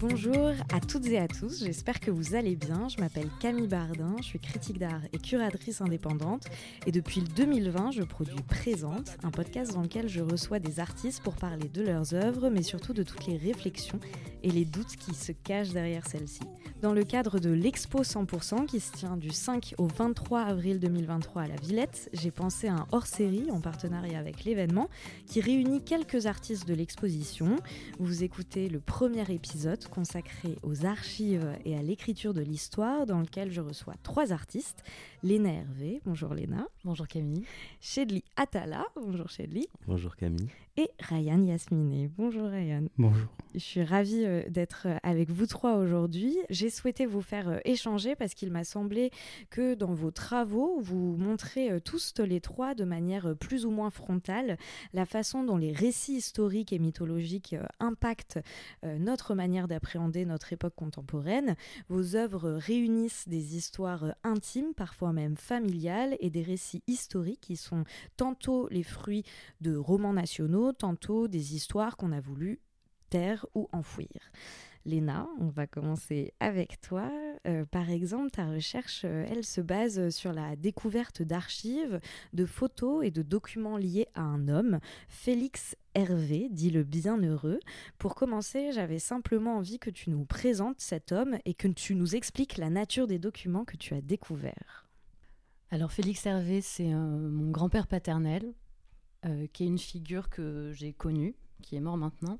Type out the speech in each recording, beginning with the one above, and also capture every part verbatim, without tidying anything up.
Bonjour à toutes et à tous, j'espère que vous allez bien. Je m'appelle Camille Bardin, je suis critique d'art et curatrice indépendante. Et depuis deux mille vingt, je produis Présente, un podcast dans lequel je reçois des artistes pour parler de leurs œuvres, mais surtout de toutes les réflexions et les doutes qui se cachent derrière celles-ci. Dans le cadre de l'Expo cent pour cent qui se tient du cinq au vingt-trois avril deux mille vingt-trois à la Villette, j'ai pensé à un hors-série en partenariat avec l'événement qui réunit quelques artistes de l'exposition. Vous écoutez le premier épisode consacré aux archives et à l'écriture de l'histoire dans lequel je reçois trois artistes. Léna Hervé, bonjour Léna. Bonjour Camille. Shedly Atala, bonjour Shedly. Bonjour Camille. Et Ryan Yasminé, bonjour Ryan. Bonjour. Je suis ravie d'être avec vous trois aujourd'hui. J'ai souhaité vous faire échanger parce qu'il m'a semblé que dans vos travaux, vous montrez tous les trois de manière plus ou moins frontale la façon dont les récits historiques et mythologiques impactent notre manière d'appréhender notre époque contemporaine. Vos œuvres réunissent des histoires intimes, parfois même familiales, et des récits historiques qui sont tantôt les fruits de romans nationaux, tantôt des histoires qu'on a voulu taire ou enfouir. Léna, on va commencer avec toi. Euh, par exemple, ta recherche, euh, elle se base sur la découverte d'archives, de photos et de documents liés à un homme, Félix Hervé, dit le Bienheureux. Pour commencer, j'avais simplement envie que tu nous présentes cet homme et que tu nous expliques la nature des documents que tu as découverts. Alors Félix Hervé, c'est euh, mon grand-père paternel, euh, qui est une figure que j'ai connue, qui est mort maintenant.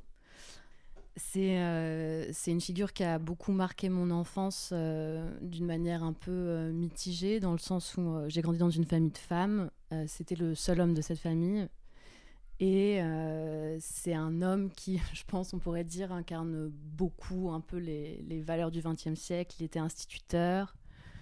C'est, euh, c'est une figure qui a beaucoup marqué mon enfance euh, d'une manière un peu euh, mitigée, dans le sens où euh, j'ai grandi dans une famille de femmes. Euh, c'était le seul homme de cette famille. Et euh, c'est un homme qui, je pense, on pourrait dire, incarne beaucoup un peu les, les valeurs du vingtième siècle. Il était instituteur,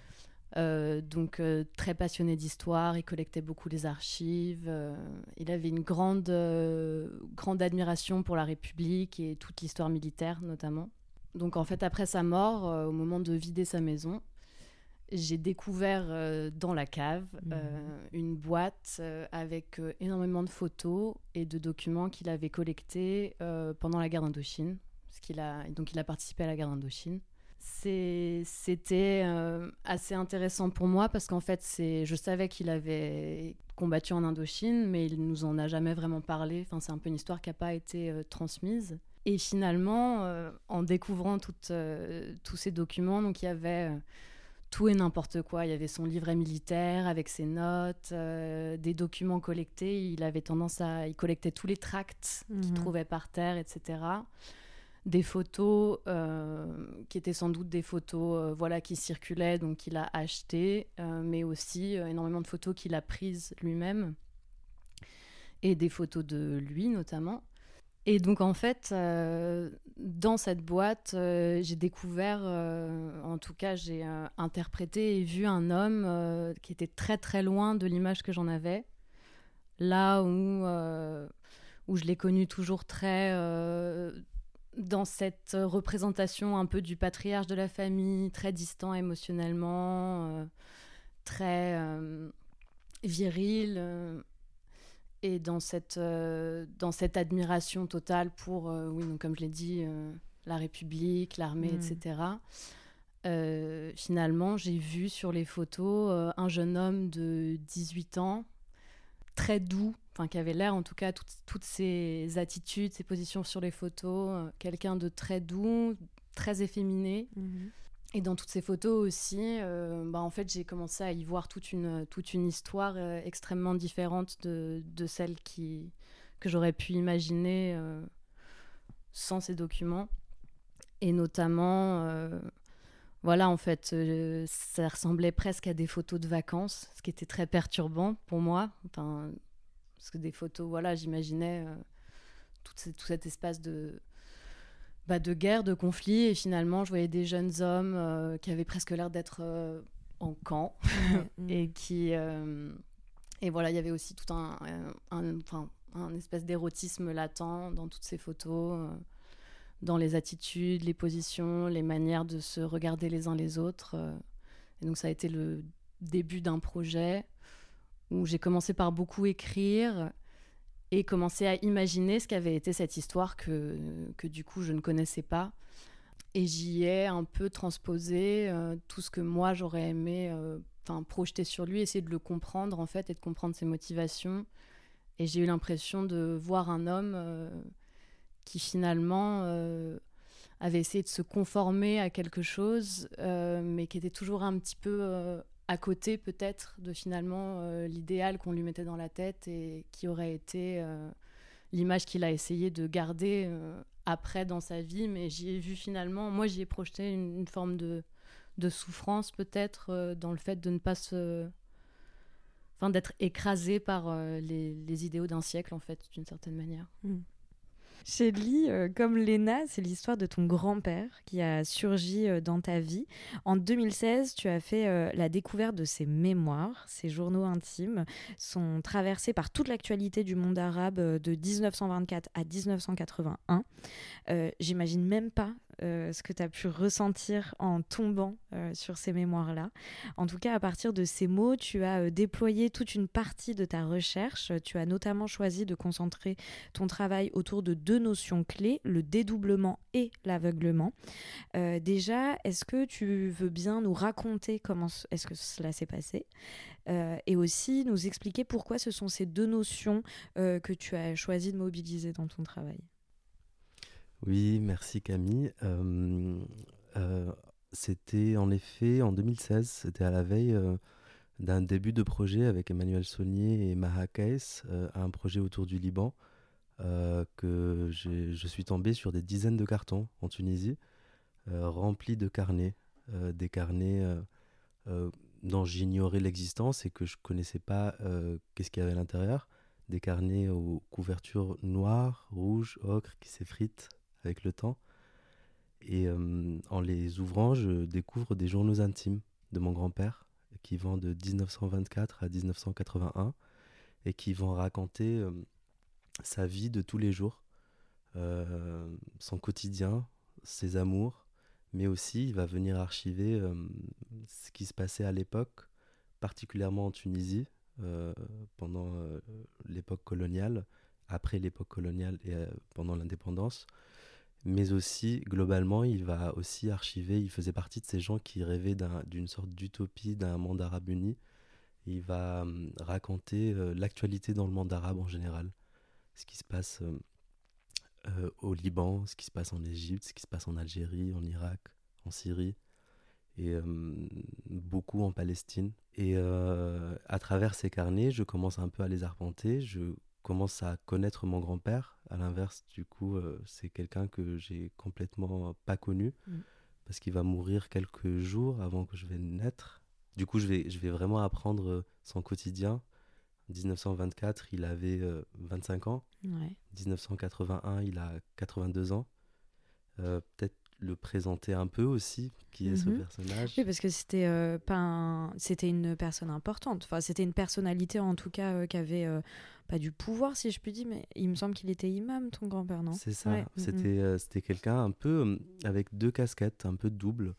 euh, donc euh, très passionné d'histoire. Il collectait beaucoup les archives. Euh, il avait une grande, euh, grande admiration pour la République et toute l'histoire militaire, notamment. Donc en fait, après sa mort, euh, au moment de vider sa maison, j'ai découvert euh, dans la cave mmh. euh, une boîte euh, avec euh, énormément de photos et de documents qu'il avait collectés euh, pendant la guerre d'Indochine. Parce qu'il a, donc il a participé à la guerre d'Indochine. C'est, c'était euh, assez intéressant pour moi parce qu'en fait, c'est, je savais qu'il avait combattu en Indochine, mais il nous en a jamais vraiment parlé. Enfin, c'est un peu une histoire qui n'a pas été euh, transmise. Et finalement, euh, en découvrant toutes, euh, tous ces documents, donc il y avait... Euh, tout et n'importe quoi. Il y avait son livret militaire avec ses notes, euh, des documents collectés. Il avait tendance à... Il collectait tous les tracts mmh. qu'il trouvait par terre, et cetera. Des photos euh, qui étaient sans doute des photos euh, voilà, qui circulaient, donc qu'il a achetées, euh, mais aussi euh, énormément de photos qu'il a prises lui-même. Et des photos de lui, notamment. Et donc, en fait, euh, dans cette boîte, euh, j'ai découvert, euh, en tout cas, j'ai euh, interprété et vu un homme euh, qui était très, très loin de l'image que j'en avais. Là où, euh, où je l'ai connu toujours très... Euh, dans cette représentation un peu du patriarche de la famille, très distant émotionnellement, euh, très euh, viril... Euh, Et dans cette, euh, dans cette admiration totale pour, euh, oui, donc comme je l'ai dit, euh, la République, l'armée, mmh. et cetera. Euh, finalement, j'ai vu sur les photos euh, un jeune homme de dix-huit ans, très doux, enfin qui avait l'air en tout cas, toutes, toutes ses attitudes, ses positions sur les photos, euh, quelqu'un de très doux, très efféminé. Mmh. Et dans toutes ces photos aussi, euh, bah en fait, j'ai commencé à y voir toute une, toute une histoire euh, extrêmement différente de, de celle qui, que j'aurais pu imaginer euh, sans ces documents. Et notamment, euh, voilà, en fait, euh, ça ressemblait presque à des photos de vacances, ce qui était très perturbant pour moi. Enfin, parce que des photos, voilà, j'imaginais euh, tout, ce, tout cet espace de... Bah de guerre, de conflit, et finalement je voyais des jeunes hommes euh, qui avaient presque l'air d'être euh, en camp mmh. et qui euh, et voilà, il y avait aussi tout un un, un, un espèce d'érotisme latent dans toutes ces photos, euh, dans les attitudes, les positions, les manières de se regarder les uns les autres, euh, et donc ça a été le début d'un projet où j'ai commencé par beaucoup écrire et commencer à imaginer ce qu'avait été cette histoire que, que du coup je ne connaissais pas. Et j'y ai un peu transposé euh, tout ce que moi j'aurais aimé euh, projeter sur lui, essayer de le comprendre en fait et de comprendre ses motivations. Et j'ai eu l'impression de voir un homme euh, qui finalement euh, avait essayé de se conformer à quelque chose, euh, mais qui était toujours un petit peu euh, à côté peut-être de finalement euh, l'idéal qu'on lui mettait dans la tête et qui aurait été euh, l'image qu'il a essayé de garder euh, après dans sa vie. Mais j'y ai vu finalement, moi j'y ai projeté une, une forme de, de souffrance peut-être euh, dans le fait de ne pas se... Enfin, d'être écrasé par euh, les, les idéaux d'un siècle en fait, d'une certaine manière. Mmh. Chélie, euh, comme Léna, c'est l'histoire de ton grand-père qui a surgi euh, dans ta vie. En deux mille seize, tu as fait euh, la découverte de ses mémoires. Ses journaux intimes sont traversés par toute l'actualité du monde arabe euh, de dix-neuf cent vingt-quatre à dix-neuf cent quatre-vingt-un. Euh, j'imagine même pas euh, ce que tu as pu ressentir en tombant euh, sur ces mémoires-là. En tout cas, à partir de ces mots, tu as euh, déployé toute une partie de ta recherche. Tu as notamment choisi de concentrer ton travail autour de deux notions clés, le dédoublement et l'aveuglement. Euh, déjà, est-ce que tu veux bien nous raconter comment est-ce que cela s'est passé euh, et aussi nous expliquer pourquoi ce sont ces deux notions euh, que tu as choisi de mobiliser dans ton travail? Oui, merci Camille. Euh, euh, c'était en effet en deux mille seize, c'était à la veille euh, d'un début de projet avec Emmanuel Saunier et Maha Kaes, euh, un projet autour du Liban, euh, que j'ai- je suis tombé sur des dizaines de cartons en Tunisie, euh, remplis de carnets, euh, des carnets euh, euh, dont j'ignorais l'existence et que je connaissais pas euh, qu'est-ce qu'il y avait à l'intérieur, des carnets aux couvertures noires, rouges, ocre qui s'effritent avec le temps. Et euh, en les ouvrant, je découvre des journaux intimes de mon grand-père qui vont de dix-neuf cent vingt-quatre à dix-neuf cent quatre-vingt-un et qui vont raconter euh, sa vie de tous les jours, euh, son quotidien, ses amours, mais aussi il va venir archiver euh, ce qui se passait à l'époque, particulièrement en Tunisie, euh, pendant euh, l'époque coloniale, après l'époque coloniale et euh, pendant l'indépendance. Mais aussi, globalement, il va aussi archiver, il faisait partie de ces gens qui rêvaient d'un- d'une sorte d'utopie, d'un monde arabe uni. Et il va hum, raconter euh, l'actualité dans le monde arabe en général, ce qui se passe euh, euh, au Liban, ce qui se passe en Égypte, ce qui se passe en Algérie, en Irak, en Syrie, et euh, beaucoup en Palestine. Et euh, à travers ces carnets, je commence un peu à les arpenter, je commence à connaître mon grand-père. À l'inverse, du coup, euh, c'est quelqu'un que j'ai complètement pas connu, Mm. parce qu'il va mourir quelques jours avant que je vais naître. Du coup, je vais, je vais vraiment apprendre son quotidien. En dix-neuf cent vingt-quatre, il avait euh, vingt-cinq ans. Ouais. dix-neuf cent quatre-vingt-un, il a quatre-vingt-deux ans. Euh, peut-être le présenter un peu aussi, qui est ce Mhm. personnage. Oui, parce que c'était euh, pas un... c'était une personne importante. Enfin, c'était une personnalité en tout cas euh, qui avait euh, pas du pouvoir, si je puis dire, mais il me semble qu'il était imam, ton grand-père, non? C'est ça, Ouais. Mhm. c'était euh, c'était quelqu'un un peu euh, avec deux casquettes, un peu double.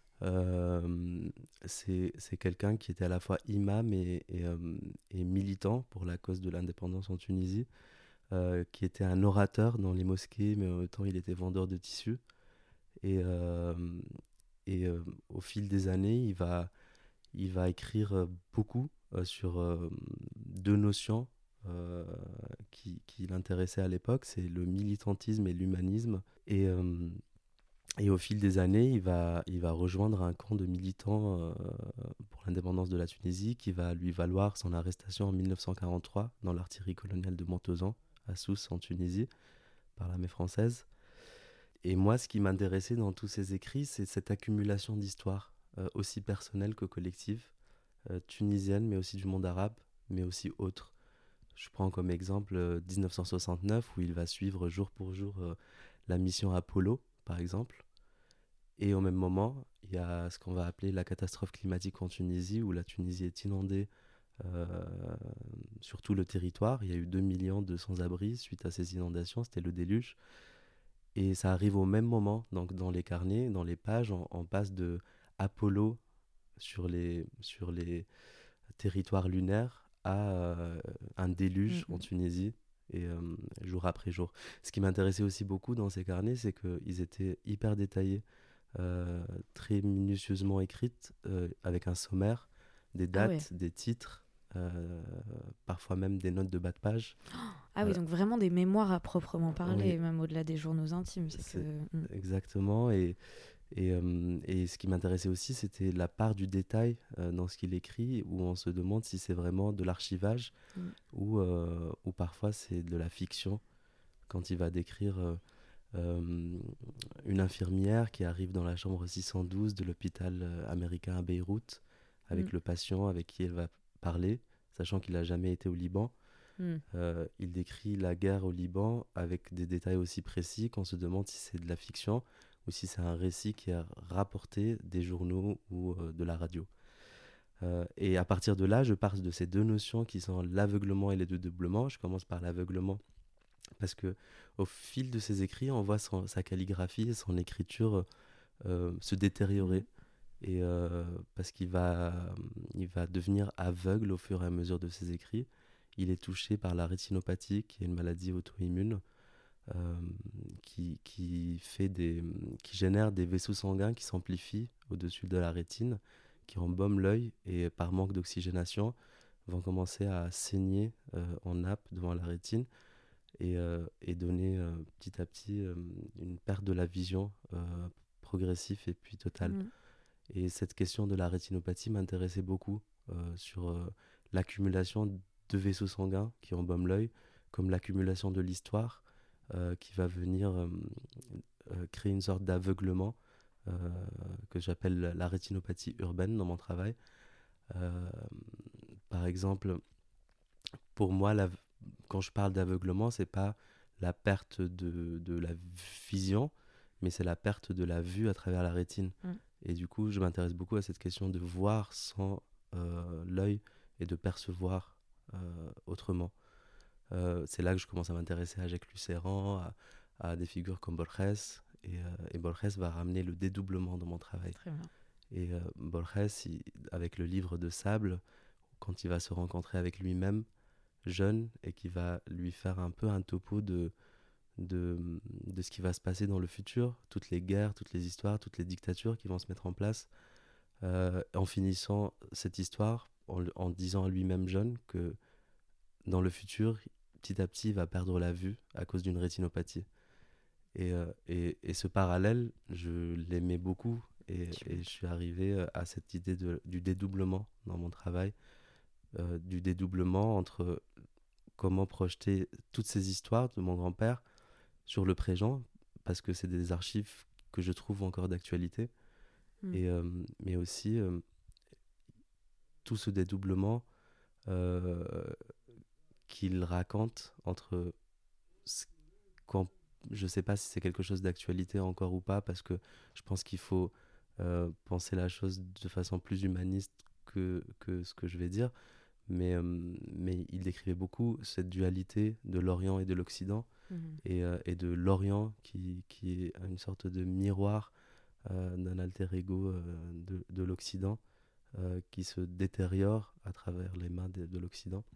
Euh, c'est c'est quelqu'un qui était à la fois imam et, et, euh, et militant pour la cause de l'indépendance en Tunisie, euh, qui était un orateur dans les mosquées, mais en même temps il était vendeur de tissus. Et, euh, et euh, au fil des années, il va, il va écrire euh, beaucoup euh, sur euh, deux notions euh, qui, qui l'intéressaient à l'époque, c'est le militantisme et l'humanisme. Et, euh, et au fil des années, il va, il va rejoindre un camp de militants euh, pour l'indépendance de la Tunisie qui va lui valoir son arrestation en mille neuf cent quarante-trois dans l'artillerie coloniale de Montausan, à Sousse en Tunisie, par l'armée française. Et moi, ce qui m'intéressait dans tous ces écrits, c'est cette accumulation d'histoires, euh, aussi personnelles que collectives, euh, tunisiennes, mais aussi du monde arabe, mais aussi autres. Je prends comme exemple euh, dix-neuf cent soixante-neuf, où il va suivre jour pour jour euh, la mission Apollo, par exemple. Et au même moment, il y a ce qu'on va appeler la catastrophe climatique en Tunisie, où la Tunisie est inondée euh, sur tout le territoire. Il y a eu deux millions de sans-abri suite à ces inondations, c'était le déluge. Et ça arrive au même moment, donc dans les carnets, dans les pages, on, on passe de Apollo sur les, sur les territoires lunaires à euh, un déluge en Mhm. Tunisie, et euh, jour après jour. Ce qui m'intéressait aussi beaucoup dans ces carnets, c'est qu'ils étaient hyper détaillés. euh, très minutieusement écrites, euh, avec un sommaire, des dates, Ah ouais. des titres, euh, parfois même des notes de bas de page. Ah oui, Euh, donc vraiment des mémoires à proprement oui, parler, même au-delà des journaux intimes. C'est que... c'est Mm. exactement. Et, et, euh, et ce qui m'intéressait aussi, c'était la part du détail euh, dans ce qu'il écrit, où on se demande si c'est vraiment de l'archivage Mm. ou, euh, ou parfois c'est de la fiction, quand il va décrire euh, euh, une infirmière qui arrive dans la chambre six cent douze de l'hôpital euh, américain à Beyrouth, Mm. avec le patient avec qui elle va parler, sachant qu'il n'a jamais été au Liban. Mm. Euh, il décrit la guerre au Liban avec des détails aussi précis qu'on se demande si c'est de la fiction ou si c'est un récit qui est rapporté des journaux ou euh, de la radio. Euh, et à partir de là, je pars de ces deux notions qui sont l'aveuglement et le dédoublement. Je commence par l'aveuglement parce que au fil de ses écrits, on voit son- sa calligraphie et son écriture euh, se détériorer. Et euh, parce qu'il va, il va devenir aveugle au fur et à mesure de ses écrits. Il est touché par la rétinopathie, qui est une maladie auto-immune, euh, qui, qui, fait des, qui génère des vaisseaux sanguins qui s'amplifient au-dessus de la rétine, qui embaument l'œil et par manque d'oxygénation vont commencer à saigner euh, en nappe devant la rétine et, euh, et donner euh, petit à petit euh, une perte de la vision euh, progressive et puis totale. Mm. Et cette question de la rétinopathie m'intéressait beaucoup euh, sur euh, l'accumulation de vaisseaux sanguins qui embaument l'œil, comme l'accumulation de l'histoire euh, qui va venir euh, euh, créer une sorte d'aveuglement euh, que j'appelle la rétinopathie urbaine dans mon travail. Euh, Par exemple, pour moi, la, quand je parle d'aveuglement, c'est pas la perte de, de la vision, mais c'est la perte de la vue à travers la rétine. Mm. Et du coup, je m'intéresse beaucoup à cette question de voir sans euh, l'œil et de percevoir euh, autrement. Euh, c'est là que je commence à m'intéresser à Jacques Lucéran, à, à des figures comme Borges. Et, euh, et Borges va ramener le dédoublement dans mon travail. Très bien. Et euh, Borges, il- avec le livre de Sable, quand il va se rencontrer avec lui-même, jeune, et qui va lui faire un peu un topo de, de, de ce qui va se passer dans le futur, toutes les guerres, toutes les histoires, toutes les dictatures qui vont se mettre en place, euh, en finissant cette histoire en, en disant à lui-même jeune que dans le futur, petit à petit, il va perdre la vue à cause d'une rétinopathie. Et, euh, et, et ce parallèle, je l'aimais beaucoup et, et je suis arrivé à cette idée de, du dédoublement dans mon travail, euh, du dédoublement entre comment projeter toutes ces histoires de mon grand-père sur le présent, parce que c'est des archives que je trouve encore d'actualité, Mm. et, euh, mais aussi euh, tout ce dédoublement euh, qu'il raconte entre ce- quand je sais pas si c'est quelque chose d'actualité encore ou pas, parce que je pense qu'il faut euh, penser la chose de façon plus humaniste que, que ce que je vais dire, mais, euh, mais il décrivait beaucoup cette dualité de l'Orient et de l'Occident, Mm. et, euh, et de l'Orient qui, qui est une sorte de miroir euh, d'un alter ego euh, de, de l'Occident euh, qui se détériore à travers les mains de, de l'Occident.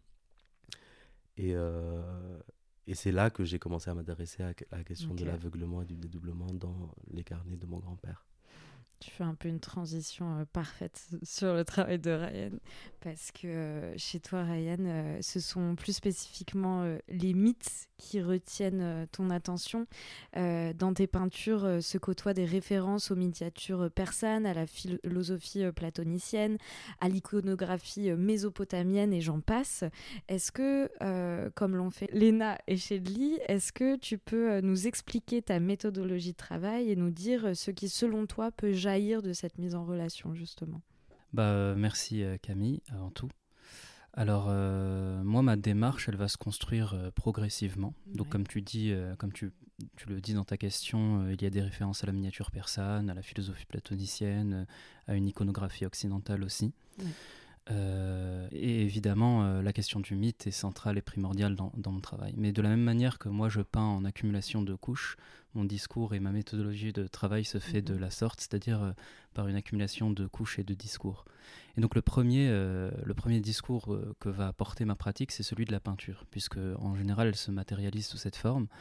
Et, euh, et c'est là que j'ai commencé à m'intéresser à, à la question Ok. de l'aveuglement et du dédoublement dans les carnets de mon grand-père. Tu fais un peu une transition euh, parfaite sur le travail de Ryan, parce que euh, chez toi, Ryan, euh, ce sont plus spécifiquement euh, les mythes qui retiennent euh, ton attention. Euh, dans tes peintures euh, se côtoient des références aux miniatures persanes, à la philosophie euh, platonicienne, à l'iconographie euh, mésopotamienne et j'en passe. Est-ce que, euh, comme l'ont fait Léna et Shedley, est-ce que tu peux euh, nous expliquer ta méthodologie de travail et nous dire euh, ce qui, selon toi, peut jaillir de cette mise en relation, justement? Bah, euh, merci euh, Camille, avant tout. Alors, euh, moi, ma démarche, elle va se construire euh, progressivement. Donc, Ouais. comme tu dis, euh, comme tu, tu le dis dans ta question, euh, il y a des références à la miniature persane, à la philosophie platonicienne, euh, à une iconographie occidentale aussi. Ouais. Euh, et évidemment, euh, la question du mythe est centrale et primordiale dans, dans mon travail. Mais de la même manière que moi, je peins en accumulation de couches, mon discours et ma méthodologie de travail se fait Mhm. de la sorte, c'est-à-dire euh, par une accumulation de couches et de discours. Et donc le premier, euh, le premier discours euh, que va apporter ma pratique, c'est celui de la peinture, puisque en général, elle se matérialise sous cette forme.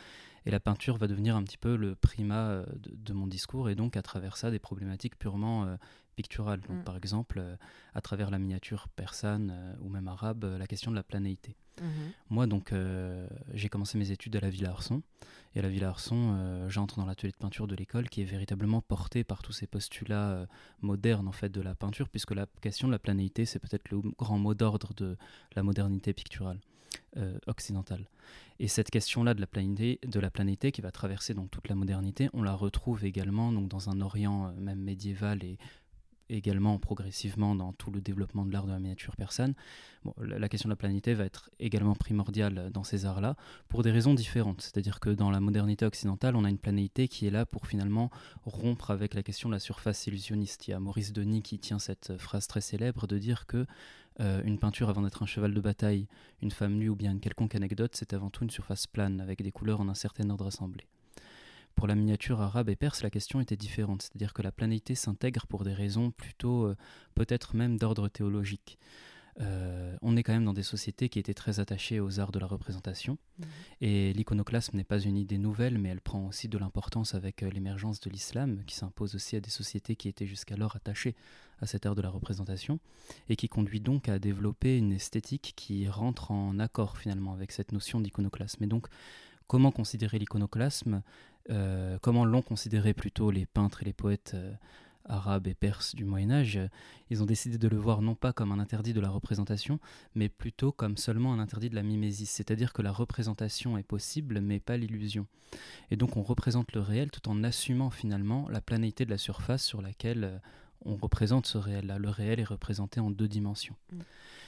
Et la peinture va devenir un petit peu le primat euh, de, de mon discours, et donc à travers ça, des problématiques purement euh, picturales. Donc, mm. Par exemple, euh, à travers la miniature persane euh, ou même arabe, euh, la question de la planéité. Mm-hmm. Moi, donc, euh, j'ai commencé mes études à la Villa Arson. Et à la Villa Arson, euh, j'entre dans l'atelier de peinture de l'école qui est véritablement porté par tous ces postulats euh, modernes en fait, de la peinture, puisque la question de la planéité, c'est peut-être le grand mot d'ordre de la modernité picturale euh, occidentale. Et cette question-là de la planéité, de la planéité qui va traverser donc, toute la modernité, on la retrouve également donc, dans un Orient euh, même médiéval et également progressivement dans tout le développement de l'art de la miniature persane. Bon, la question de la planéité va être également primordiale dans ces arts-là pour des raisons différentes. C'est-à-dire que dans la modernité occidentale, on a une planéité qui est là pour finalement rompre avec la question de la surface illusionniste. Il y a Maurice Denis qui tient cette phrase très célèbre de dire que euh, une peinture avant d'être un cheval de bataille, une femme nue ou bien une quelconque anecdote, c'est avant tout une surface plane avec des couleurs en un certain ordre assemblé. Pour la miniature arabe et perse, la question était différente, c'est-à-dire que la planéité s'intègre pour des raisons plutôt, euh, peut-être même d'ordre théologique. Euh, on est quand même dans des sociétés qui étaient très attachées aux arts de la représentation, mmh. et l'iconoclasme n'est pas une idée nouvelle, mais elle prend aussi de l'importance avec euh, l'émergence de l'islam, qui s'impose aussi à des sociétés qui étaient jusqu'alors attachées à cet art de la représentation, et qui conduit donc à développer une esthétique qui rentre en accord finalement avec cette notion d'iconoclasme. Et donc, comment considérer l'iconoclasme ? Euh, comment l'ont considéré plutôt les peintres et les poètes euh, arabes et perses du Moyen-Âge. Ils ont décidé de le voir non pas comme un interdit de la représentation, mais plutôt comme seulement un interdit de la mimésis, c'est-à-dire que la représentation est possible, mais pas l'illusion. Et donc on représente le réel tout en assumant finalement la planéité de la surface sur laquelle euh, on représente ce réel-là. Le réel est représenté en deux dimensions. Mmh.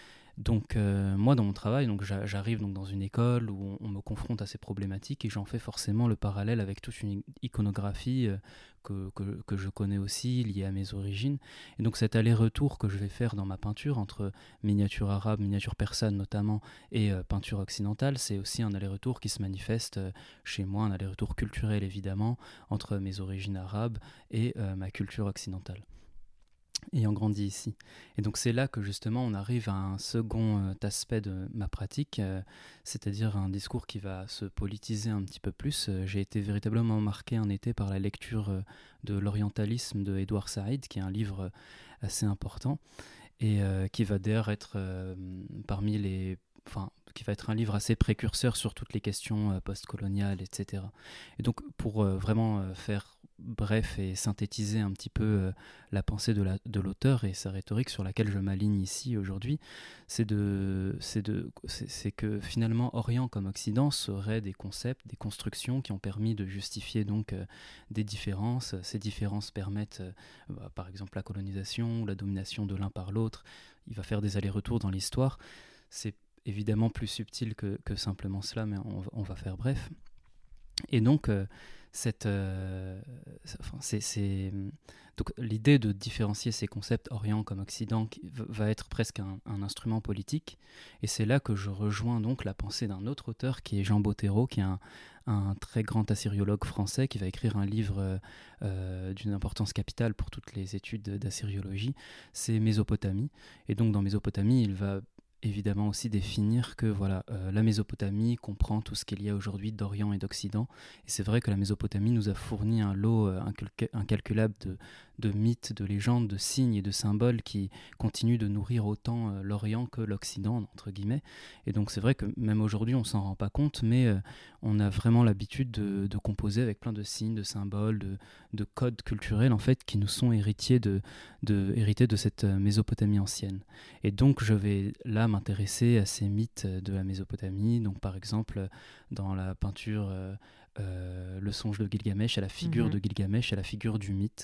Donc euh, moi dans mon travail, donc, j'a- j'arrive donc, dans une école où on, on me confronte à ces problématiques et j'en fais forcément le parallèle avec toute une iconographie euh, que, que, que je connais aussi, liée à mes origines. Et donc cet aller-retour que je vais faire dans ma peinture entre miniature arabe, miniature persane notamment, et euh, peinture occidentale, c'est aussi un aller-retour qui se manifeste euh, chez moi, un aller-retour culturel évidemment, entre mes origines arabes et euh, ma culture occidentale, ayant grandi ici. Et donc c'est là que justement on arrive à un second euh, aspect de ma pratique, euh, c'est-à-dire un discours qui va se politiser un petit peu plus. Euh, j'ai été véritablement marqué un été par la lecture euh, de l'orientalisme de Edouard Saïd, qui est un livre euh, assez important, et euh, qui va d'ailleurs être euh, parmi les... Enfin, qui va être un livre assez précurseur sur toutes les questions euh, postcoloniales, et cetera. Et donc pour euh, vraiment euh, faire bref et synthétiser un petit peu euh, la pensée de, la, de l'auteur et sa rhétorique sur laquelle je m'aligne ici aujourd'hui, c'est, de, c'est, de, c'est, c'est que finalement Orient comme Occident seraient des concepts, des constructions qui ont permis de justifier donc euh, des différences. Ces différences permettent euh, bah, par exemple la colonisation, la domination de l'un par l'autre. Il va faire des allers-retours dans l'histoire. C'est évidemment plus subtil que, que simplement cela, mais on, on va faire bref. Et donc euh, Cette, euh, enfin, c'est, c'est... Donc, l'idée de différencier ces concepts Orient comme Occident qui va être presque un, un instrument politique, et c'est là que je rejoins donc la pensée d'un autre auteur qui est Jean Bottero, qui est un, un très grand assyriologue français qui va écrire un livre euh, d'une importance capitale pour toutes les études d'assyriologie, c'est Mésopotamie. Et donc dans Mésopotamie, il va évidemment aussi définir que voilà, euh, la Mésopotamie comprend tout ce qu'il y a aujourd'hui d'Orient et d'Occident. Et c'est vrai que la Mésopotamie nous a fourni un lot euh, incalc- incalculable de, de mythes, de légendes, de signes et de symboles qui continuent de nourrir autant euh, l'Orient que l'Occident, entre guillemets. Et donc c'est vrai que même aujourd'hui, on ne s'en rend pas compte, mais euh, on a vraiment l'habitude de, de composer avec plein de signes, de symboles, de, de codes culturels, en fait, qui nous sont héritiers de, de, hérités de cette euh, Mésopotamie ancienne. Et donc je vais là m'intéresser à ces mythes de la Mésopotamie, donc par exemple dans la peinture euh, euh, Le songe de Gilgamesh, à la figure mmh. de Gilgamesh, à la figure du mythe,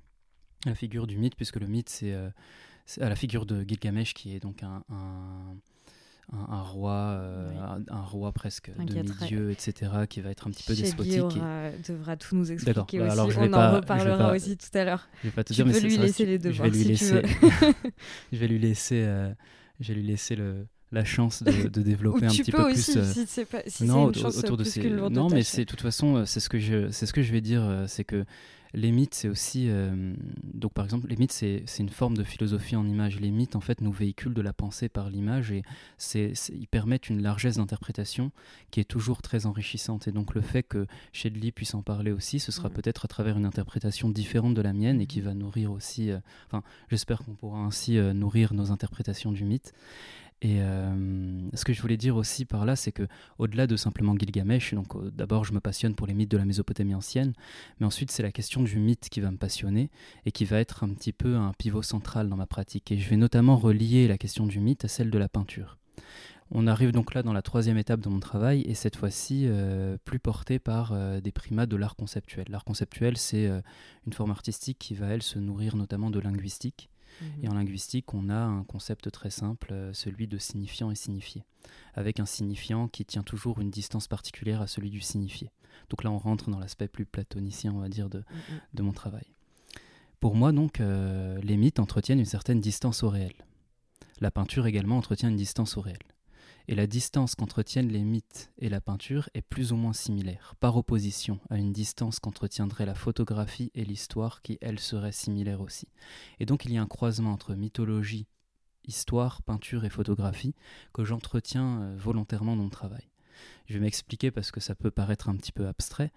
à la figure du mythe, puisque le mythe c'est, euh, c'est à la figure de Gilgamesh qui est donc un, un, un, un roi, euh, oui. un, un roi presque un demi-dieu, très... et cetera, qui va être un petit peu despotique. Aura, et... devra tout nous expliquer bah, aussi, alors, on en pas, reparlera pas, aussi tout à l'heure. Je vais pas te tu dire, peux mais lui c'est, laisser ça, les devoirs je vais lui si laisser, tu veux. je vais lui laisser, euh, je vais lui laisser le, la chance de, de développer Ou un tu petit peux peu aussi, plus. Euh... si c'est pas, si non, c'est une chance autour de plus ces. qu'une lourde Non, tâche. mais c'est de toute façon, c'est ce que je, c'est ce que je vais dire, euh, c'est que les mythes, c'est aussi. Euh... Donc, par exemple, les mythes, c'est, c'est une forme de philosophie en image. Les mythes, en fait, nous véhiculent de la pensée par l'image et c'est, c'est, ils permettent une largesse d'interprétation qui est toujours très enrichissante. Et donc, le fait que Shedley puisse en parler aussi, ce sera mmh. peut-être à travers une interprétation différente de la mienne mmh. et qui va nourrir aussi. Euh... Enfin, j'espère qu'on pourra ainsi euh, nourrir nos interprétations du mythe. Et euh, ce que je voulais dire aussi par là, c'est que au-delà de simplement Gilgamesh, donc euh, d'abord je me passionne pour les mythes de la Mésopotamie ancienne, mais ensuite c'est la question du mythe qui va me passionner et qui va être un petit peu un pivot central dans ma pratique. Et je vais notamment relier la question du mythe à celle de la peinture. On arrive donc là dans la troisième étape de mon travail, et cette fois-ci euh, plus portée par euh, des primates de l'art conceptuel. L'art conceptuel, c'est euh, une forme artistique qui va, elle, se nourrir notamment de linguistique. Et en linguistique, on a un concept très simple, euh, celui de signifiant et signifié, avec un signifiant qui tient toujours une distance particulière à celui du signifié. Donc là, on rentre dans l'aspect plus platonicien, on va dire, de, mm-hmm. de mon travail. Pour moi, donc, euh, les mythes entretiennent une certaine distance au réel. La peinture également entretient une distance au réel. Et la distance qu'entretiennent les mythes et la peinture est plus ou moins similaire, par opposition à une distance qu'entretiendrait la photographie et l'histoire qui, elle, serait similaire aussi. Et donc il y a un croisement entre mythologie, histoire, peinture et photographie que j'entretiens euh, volontairement dans mon travail. Je vais m'expliquer parce que ça peut paraître un petit peu abstrait.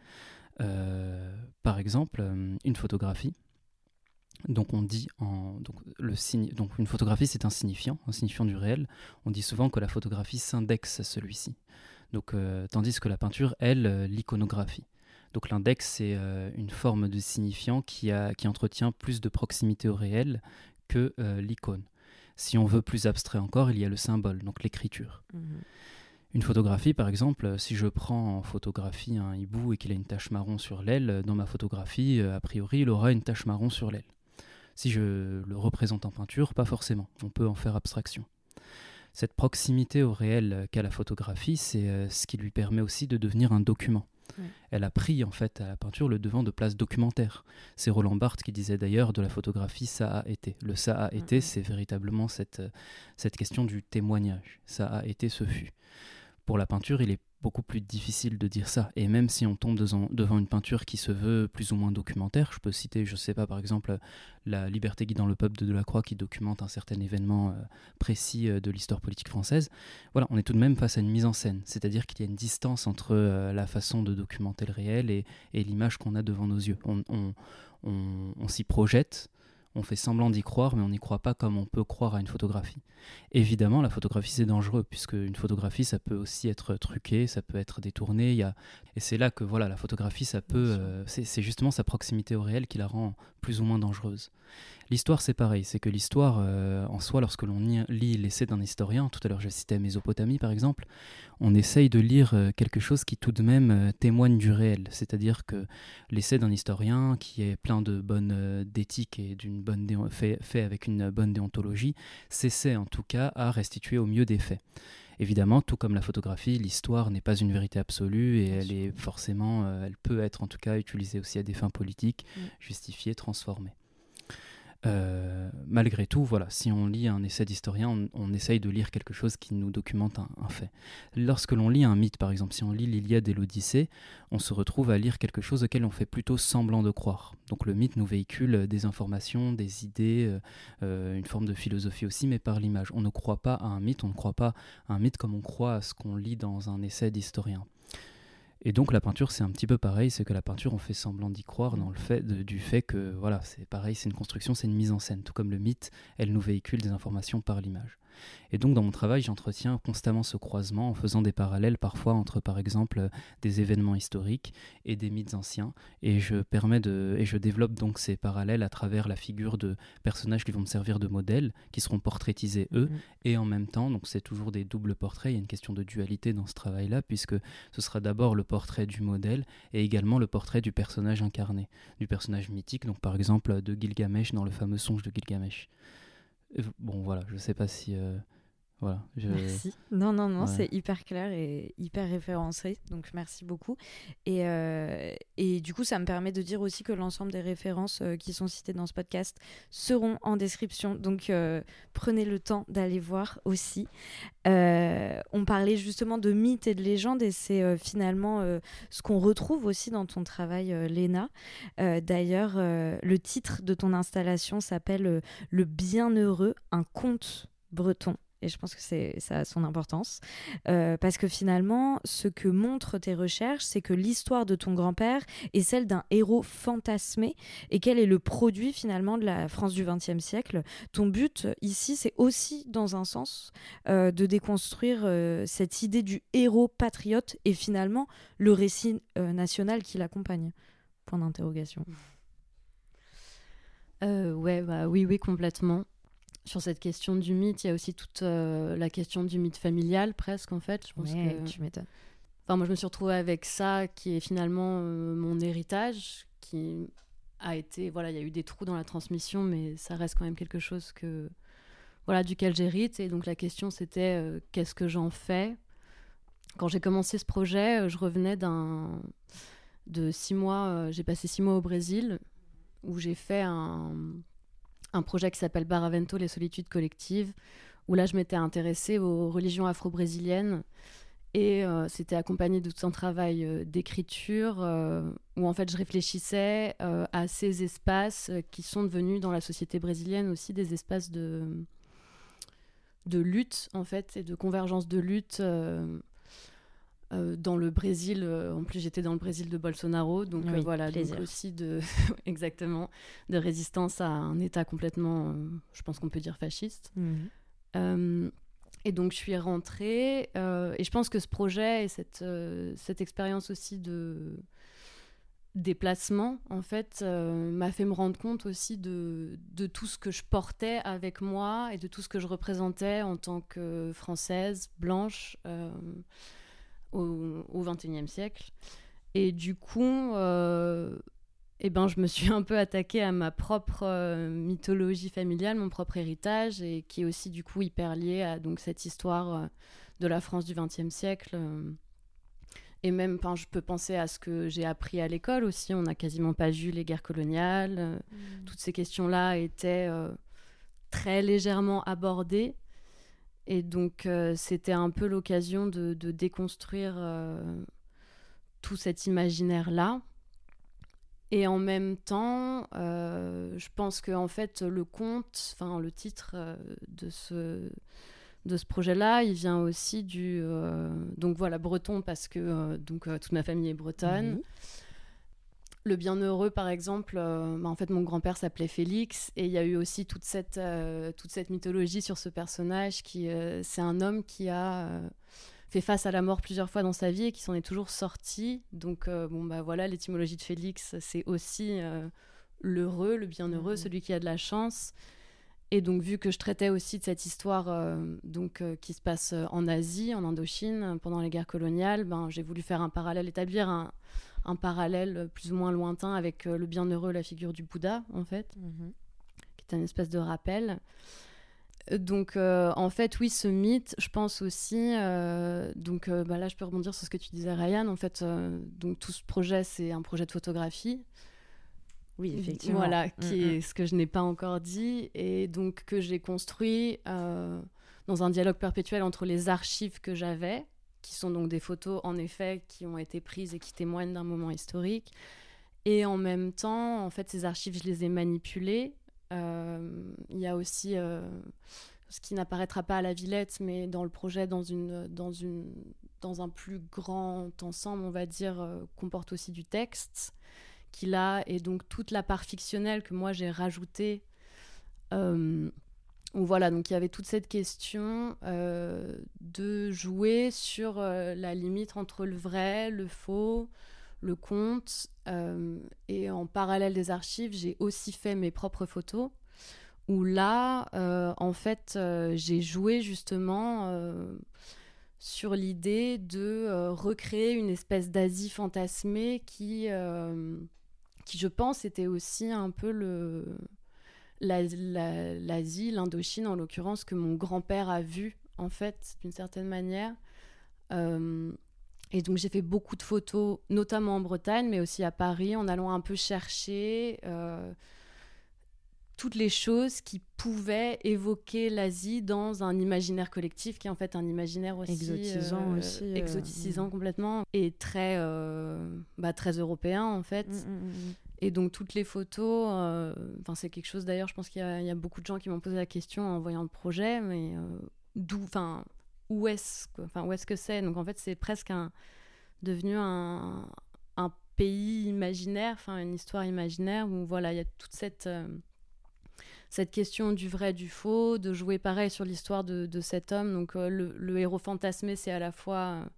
Euh, par exemple, euh, une photographie. Donc on dit en donc le signe donc une photographie c'est un signifiant, un signifiant du réel. On dit souvent que la photographie s'indexe à celui-ci. Donc euh, tandis que la peinture, elle, euh, l'iconographie. Donc l'index c'est euh, une forme de signifiant qui a qui entretient plus de proximité au réel que euh, l'icône. Si on veut plus abstrait encore, il y a le symbole, donc l'écriture. Mmh. Une photographie, par exemple, si je prends en photographie un hibou et qu'il a une tache marron sur l'aile, dans ma photographie, a priori, il aura une tache marron sur l'aile. Si je le représente en peinture, pas forcément. On peut en faire abstraction. Cette proximité au réel qu'a la photographie, c'est euh, ce qui lui permet aussi de devenir un document. Ouais. Elle a pris en fait à la peinture le devant de place documentaire. C'est Roland Barthes qui disait d'ailleurs de la photographie ça a été. Le ça a été, c'est véritablement cette, cette question du témoignage. Ça a été, ce fut. Pour la peinture, il est beaucoup plus difficile de dire ça. Et même si on tombe devant, devant une peinture qui se veut plus ou moins documentaire, je peux citer, je ne sais pas, par exemple, La Liberté guidant le peuple de Delacroix qui documente un certain événement euh, précis euh, de l'histoire politique française. Voilà, on est tout de même face à une mise en scène. C'est-à-dire qu'il y a une distance entre euh, la façon de documenter le réel et, et l'image qu'on a devant nos yeux. On, on, on, on s'y projette. On fait semblant d'y croire, mais on n'y croit pas comme on peut croire à une photographie. Évidemment, la photographie, c'est dangereux, puisque une photographie, ça peut aussi être truqué, ça peut être détourné. Il y a... Et c'est là que voilà, la photographie, ça peut, euh, c'est, c'est justement sa proximité au réel qui la rend plus ou moins dangereuse. L'histoire, c'est pareil. C'est que l'histoire, euh, en soi, lorsque l'on lit l'essai d'un historien, tout à l'heure, j'ai cité Mésopotamie, par exemple, on essaye de lire euh, quelque chose qui, tout de même, euh, témoigne du réel. C'est-à-dire que l'essai d'un historien, qui est plein de bonne euh, d'éthique et d'une bonne déon- fait, fait avec une bonne déontologie, s'essaie en tout cas à restituer au mieux des faits. Évidemment, tout comme la photographie, l'histoire n'est pas une vérité absolue et elle est forcément, euh, elle peut être en tout cas utilisée aussi à des fins politiques, mmh. justifiée, transformée. Euh, malgré tout, voilà, si on lit un essai d'historien, on, on essaye de lire quelque chose qui nous documente un, un fait. Lorsque l'on lit un mythe, par exemple, si on lit l'Iliade et l'Odyssée, on se retrouve à lire quelque chose auquel on fait plutôt semblant de croire. Donc le mythe nous véhicule des informations, des idées, euh, une forme de philosophie aussi, mais par l'image. On ne croit pas à un mythe, on ne croit pas à un mythe comme on croit à ce qu'on lit dans un essai d'historien. Et donc la peinture, c'est un petit peu pareil, c'est que la peinture, on fait semblant d'y croire dans le fait de, du fait que, voilà, c'est pareil, c'est une construction, c'est une mise en scène. Tout comme le mythe, elle nous véhicule des informations par l'image. Et donc dans mon travail, j'entretiens constamment ce croisement en faisant des parallèles parfois entre, par exemple, des événements historiques et des mythes anciens. Et je, permets de, et je développe donc ces parallèles à travers la figure de personnages qui vont me servir de modèles, qui seront portraitisés eux, mmh. et en même temps, donc c'est toujours des doubles portraits, il y a une question de dualité dans ce travail-là, puisque ce sera d'abord le portrait du modèle et également le portrait du personnage incarné, du personnage mythique, donc par exemple de Gilgamesh dans le fameux songe de Gilgamesh. Bon voilà, je sais pas si, euh, Voilà, je... Merci. Non, non, non, Ouais. c'est hyper clair et hyper référencé, donc merci beaucoup. Et, euh, et du coup, ça me permet de dire aussi que l'ensemble des références euh, qui sont citées dans ce podcast seront en description, donc euh, prenez le temps d'aller voir aussi. Euh, on parlait justement de mythes et de légendes et c'est euh, finalement euh, ce qu'on retrouve aussi dans ton travail, euh, Léna. Euh, d'ailleurs, euh, le titre de ton installation s'appelle euh, « Le Bienheureux, un conte breton ». Et je pense que c'est, ça a son importance. Euh, parce que finalement, ce que montrent tes recherches, c'est que l'histoire de ton grand-père est celle d'un héros fantasmé et quel est le produit finalement de la France du vingtième siècle. Ton but ici, c'est aussi, dans un sens, euh, de déconstruire euh, cette idée du héros patriote et finalement le récit euh, national qui l'accompagne. Point d'interrogation. Euh, ouais, bah, oui, oui, complètement. Sur cette question du mythe, il y a aussi toute euh, la question du mythe familial, presque, en fait. Je pense Ouais, que... tu m'étonnes. Enfin, moi, je me suis retrouvée avec ça, qui est finalement euh, mon héritage, qui a été... Voilà, il y a eu des trous dans la transmission, mais ça reste quand même quelque chose que... Voilà, duquel j'hérite. Et donc, la question, c'était euh, qu'est-ce que j'en fais ? Quand j'ai commencé ce projet, euh, je revenais d'un... de six mois... Euh, j'ai passé six mois au Brésil, où j'ai fait un... un projet qui s'appelle Barravento, les solitudes collectives, où là, je m'étais intéressée aux religions afro-brésiliennes. Et euh, c'était accompagné de tout un travail euh, d'écriture, euh, où en fait, je réfléchissais euh, à ces espaces euh, qui sont devenus, dans la société brésilienne aussi, des espaces de, de lutte, en fait, et de convergence de lutte. Euh, euh, dans le Brésil, euh, en plus j'étais dans le Brésil de Bolsonaro, donc Oui, euh, voilà, plaisir. donc aussi de exactement de résistance à un État complètement, euh, je pense qu'on peut dire fasciste. Mmh. Euh, et donc je suis rentrée, euh, et je pense que ce projet et cette euh, cette expérience aussi de déplacement, en fait, euh, m'a fait me rendre compte aussi de, de tout ce que je portais avec moi et de tout ce que je représentais en tant que Française, blanche, euh, au vingt et unième siècle. Et du coup, euh, eh ben, je me suis un peu attaquée à ma propre euh, mythologie familiale, mon propre héritage, et qui est aussi du coup hyper lié à donc, cette histoire euh, de la France du vingtième siècle. Euh, et même, je peux penser à ce que j'ai appris à l'école aussi. On n'a quasiment pas vu les guerres coloniales. Euh, mmh. Toutes ces questions-là étaient euh, très légèrement abordées. Et donc, euh, c'était un peu l'occasion de, de déconstruire euh, tout cet imaginaire-là. Et en même temps, euh, je pense que en fait, le conte, enfin le titre euh, de ce de ce projet-là, il vient aussi du euh, donc voilà breton parce que euh, donc euh, toute ma famille est bretonne. Mmh. Le Bienheureux, par exemple, euh, bah, en fait, mon grand-père s'appelait Félix, et il y a eu aussi toute cette, euh, toute cette mythologie sur ce personnage qui, euh, c'est un homme qui a euh, fait face à la mort plusieurs fois dans sa vie et qui s'en est toujours sorti. Donc, euh, bon, bah voilà, l'étymologie de Félix, c'est aussi euh, l'heureux, le bienheureux, mmh. celui qui a de la chance. Et donc, vu que je traitais aussi de cette histoire euh, donc, euh, qui se passe en Asie, en Indochine, pendant les guerres coloniales, ben, j'ai voulu faire un parallèle, établir un un parallèle plus ou moins lointain avec euh, le bienheureux, la figure du Bouddha, en fait, mmh. qui est un espèce de rappel. Donc, euh, en fait, oui, ce mythe, je pense aussi... Euh, donc, euh, bah là, je peux rebondir sur ce que tu disais, Ryan. En fait, euh, donc, tout ce projet, c'est un projet de photographie. Oui, effectivement. Voilà, qui mmh. est ce que je n'ai pas encore dit. Et donc, que j'ai construit euh, dans un dialogue perpétuel entre les archives que j'avais, qui sont donc des photos, en effet, qui ont été prises et qui témoignent d'un moment historique. Et en même temps, en fait, ces archives, je les ai manipulées. Euh, il y a aussi euh, ce qui n'apparaîtra pas à la Villette, mais dans le projet, dans, une, dans, une, dans un plus grand ensemble, on va dire, euh, comporte aussi du texte, qui là est donc toute la part fictionnelle que moi, j'ai rajoutée. Euh, Voilà, donc il y avait toute cette question euh, de jouer sur euh, la limite entre le vrai, le faux, le conte. Euh, et en parallèle des archives, j'ai aussi fait mes propres photos, où là, euh, en fait, euh, j'ai joué justement euh, sur l'idée de euh, recréer une espèce d'Asie fantasmée qui, euh, qui, je pense, était aussi un peu le... La, la, l'Asie, l'Indochine en l'occurrence, que mon grand-père a vu en fait, d'une certaine manière. Euh, et donc, j'ai fait beaucoup de photos, notamment en Bretagne, mais aussi à Paris, en allant un peu chercher euh, toutes les choses qui pouvaient évoquer l'Asie dans un imaginaire collectif, qui est en fait un imaginaire aussi... Exotisant euh, aussi. Euh, exotisant mmh. complètement, et très, euh, bah, très européen, en fait. Mmh, mmh, mmh. Et donc, toutes les photos, euh, c'est quelque chose, d'ailleurs, je pense qu'il y a, il y a beaucoup de gens qui m'ont posé la question en voyant le projet, mais euh, d'où, enfin, où est-ce, enfin, où est-ce que c'est ? Donc, en fait, c'est presque un, devenu un, un pays imaginaire, enfin, une histoire imaginaire où, voilà, il y a toute cette... Euh, cette question du vrai, du faux, de jouer pareil sur l'histoire de, de cet homme. Donc euh, le, le héros fantasmé, c'est à la fois euh,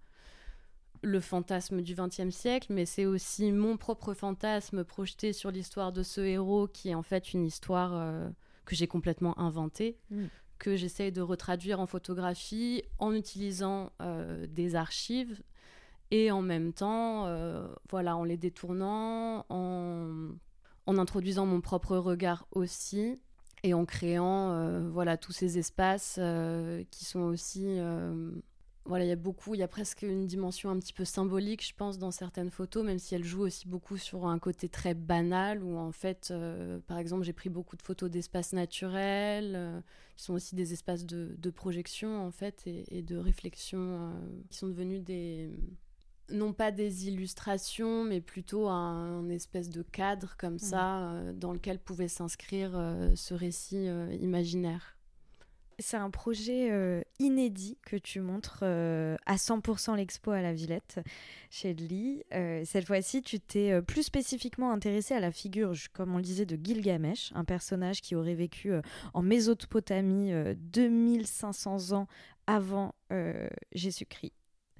le fantasme du vingtième siècle, mais c'est aussi mon propre fantasme projeté sur l'histoire de ce héros, qui est en fait une histoire euh, que j'ai complètement inventée, mm. que j'essaye de retraduire en photographie en utilisant euh, des archives et en même temps, euh, voilà, en les détournant, en, en introduisant mon propre regard aussi. Et en créant euh, voilà, tous ces espaces euh, qui sont aussi... Euh, voilà, il y a beaucoup, il y a presque une dimension un petit peu symbolique, je pense, dans certaines photos, même si elles jouent aussi beaucoup sur un côté très banal, où en fait, euh, par exemple, j'ai pris beaucoup de photos d'espaces naturels, euh, qui sont aussi des espaces de, de projection, en fait, et, et de réflexion, euh, qui sont devenus des... non pas des illustrations, mais plutôt un, un espèce de cadre comme mmh. ça, euh, dans lequel pouvait s'inscrire euh, ce récit euh, imaginaire. C'est un projet euh, inédit que tu montres euh, à cent pour cent l'expo à la Villette, chez Lee. Euh, cette fois-ci, tu t'es euh, plus spécifiquement intéressée à la figure, comme on le disait, de Gilgamesh, un personnage qui aurait vécu euh, en Mésopotamie euh, deux mille cinq cents ans avant euh, Jésus-Christ.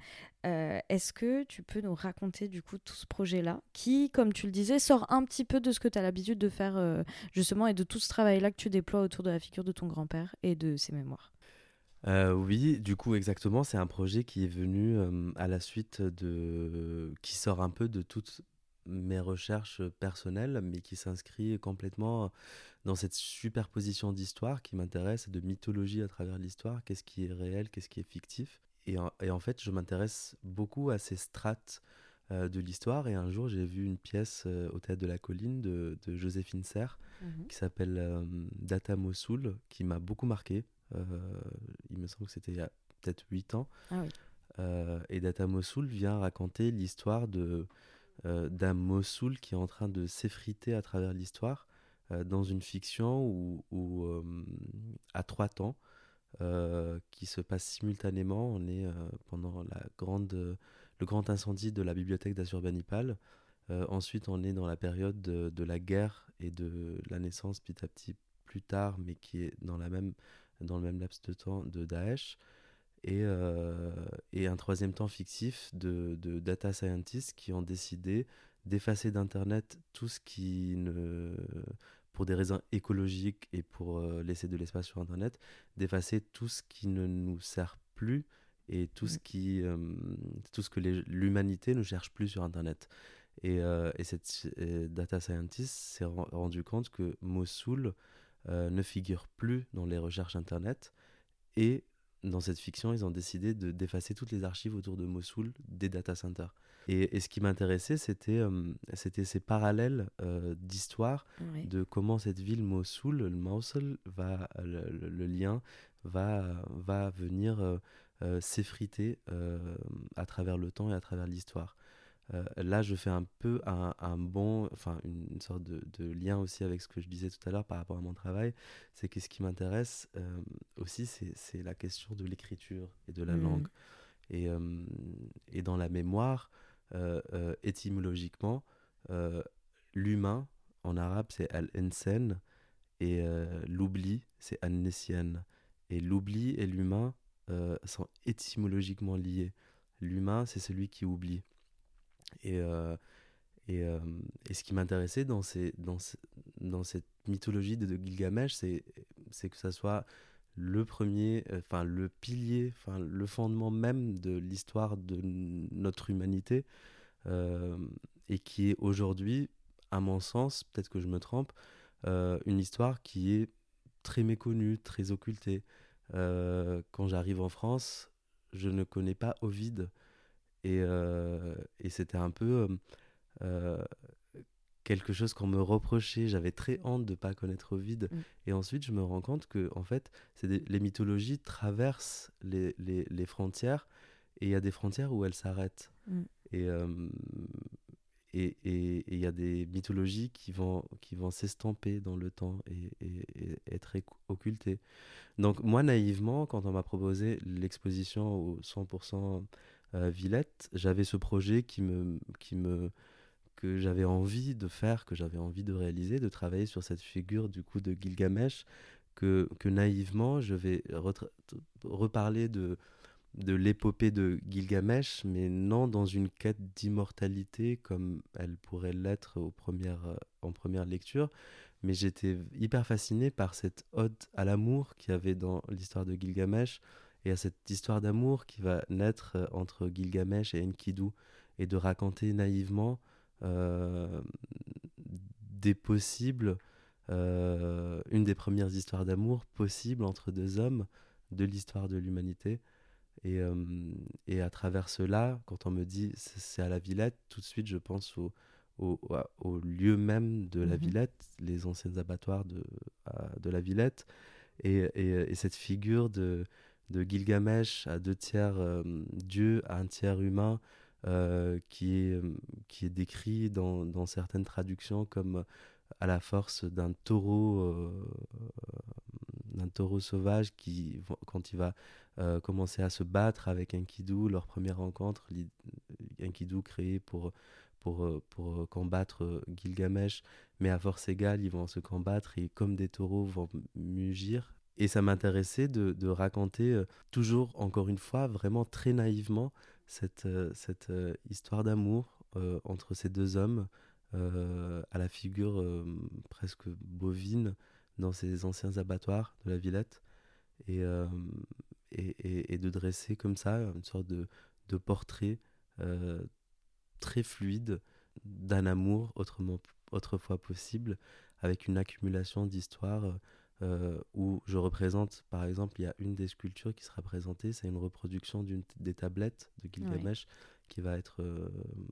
Euh, est-ce que tu peux nous raconter du coup tout ce projet-là qui, comme tu le disais, sort un petit peu de ce que tu as l'habitude de faire euh, justement et de tout ce travail-là que tu déploies autour de la figure de ton grand-père et de ses mémoires? Euh, oui, du coup, exactement. C'est un projet qui est venu euh, à la suite de... qui sort un peu de toutes mes recherches personnelles, mais qui s'inscrit complètement dans cette superposition d'histoire qui m'intéresse, et de mythologie à travers l'histoire. Qu'est-ce qui est réel, qu'est-ce qui est fictif ? Et en, et en fait, je m'intéresse beaucoup à ces strates euh, de l'histoire. Et un jour, j'ai vu une pièce euh, au Théâtre de la Colline de, de Joséphine Serre, mmh. qui s'appelle euh, Data Mossoul, qui m'a beaucoup marqué. Euh, il me semble que c'était il y a peut-être huit ans. Ah oui. Euh, et Data Mossoul vient raconter l'histoire de, euh, d'un Mossoul qui est en train de s'effriter à travers l'histoire, euh, dans une fiction où, où euh, à trois temps, Euh, qui se passe simultanément. On est euh, pendant la grande, euh, le grand incendie de la bibliothèque d'Assurbanipal. Euh, ensuite, on est dans la période de, de la guerre et de la naissance petit à petit plus tard, mais qui est dans, la même, dans le même laps de temps de Daesh. Et, euh, et un troisième temps fictif de, de data scientists qui ont décidé d'effacer d'Internet tout ce qui ne... pour des raisons écologiques et pour euh, laisser de l'espace sur Internet, d'effacer tout ce qui ne nous sert plus et tout, mmh. ce, qui, euh, tout ce que les, l'humanité ne cherche plus sur Internet. Et, euh, et cette euh, data scientist s'est rendu compte que Mossoul euh, ne figure plus dans les recherches Internet, et dans cette fiction, ils ont décidé de, d'effacer toutes les archives autour de Mossoul des data centers. Et, et ce qui m'intéressait, c'était, euh, c'était ces parallèles euh, d'histoire, oui. de comment cette ville Mossoul, le Mosul, va, le, le, le lien va, va venir euh, euh, s'effriter euh, à travers le temps et à travers l'histoire. Euh, là, je fais un peu un, un bon, enfin une, une sorte de, de lien aussi avec ce que je disais tout à l'heure par rapport à mon travail. C'est que ce qui m'intéresse euh, aussi, c'est, c'est la question de l'écriture et de la mmh. langue. Et, euh, et dans la mémoire, euh, euh, étymologiquement, euh, l'humain, en arabe, c'est al-insan, et euh, l'oubli, c'est an-nisyan. Et l'oubli et l'humain euh, sont étymologiquement liés. L'humain, c'est celui qui oublie. Et, euh, et, euh, et ce qui m'intéressait dans, ces, dans, ce, dans cette mythologie de, de Gilgamesh, c'est, c'est que ça soit le premier, enfin euh, le pilier, enfin le fondement même de l'histoire de notre humanité, euh, et qui est aujourd'hui, à mon sens, peut-être que je me trompe, euh, une histoire qui est très méconnue, très occultée. euh, quand j'arrive en France, je ne connais pas Ovide. Et, euh, et c'était un peu euh, quelque chose qu'on me reprochait. J'avais très honte de ne pas connaître Ovide. Mm. Et ensuite, je me rends compte que en fait, c'est des, les mythologies traversent les, les, les frontières. Et il y a des frontières où elles s'arrêtent. Mm. Et euh, et il y a des mythologies qui vont, qui vont s'estomper dans le temps et, et, et être occultées. Donc moi, naïvement, quand on m'a proposé l'exposition au cent pour cent euh, Villette, j'avais ce projet qui me, qui me, que j'avais envie de faire, que j'avais envie de réaliser, de travailler sur cette figure du coup de Gilgamesh, que, que naïvement, je vais retra- reparler de de l'épopée de Gilgamesh, mais non dans une quête d'immortalité comme elle pourrait l'être aux premières, euh, en première lecture. Mais j'étais hyper fasciné par cette ode à l'amour qu'il y avait dans l'histoire de Gilgamesh et à cette histoire d'amour qui va naître euh, entre Gilgamesh et Enkidu, et de raconter naïvement euh, des possibles, euh, une des premières histoires d'amour possibles entre deux hommes de l'histoire de l'humanité. Et, euh, et à travers cela, quand on me dit c'est, c'est à la Villette, tout de suite je pense au, au, au lieu même de la mmh. Villette, les anciens abattoirs de, à, de la Villette, et, et, et cette figure de, de Gilgamesh à deux tiers euh, dieu, à un tiers humain, euh, qui, est, qui est décrit dans, dans certaines traductions comme à la force d'un taureau, euh, d'un taureau sauvage qui, quand il va euh, commencer à se battre avec Enkidu, leur première rencontre, Enkidu créé pour, pour, pour combattre Gilgamesh, mais à force égale, ils vont se combattre et comme des taureaux vont mugir. Et ça m'intéressait de, de raconter, euh, toujours, encore une fois, vraiment très naïvement, cette, euh, cette euh, histoire d'amour euh, entre ces deux hommes, euh, à la figure euh, presque bovine dans ces anciens abattoirs de la Villette, et, euh, et, et, et de dresser comme ça une sorte de, de portrait euh, très fluide d'un amour autrement, autrefois possible, avec une accumulation d'histoires euh, où je représente, par exemple, il y a une des sculptures qui sera présentée, c'est une reproduction d'une, des tablettes de Gilgamesh, oui. qui va être euh,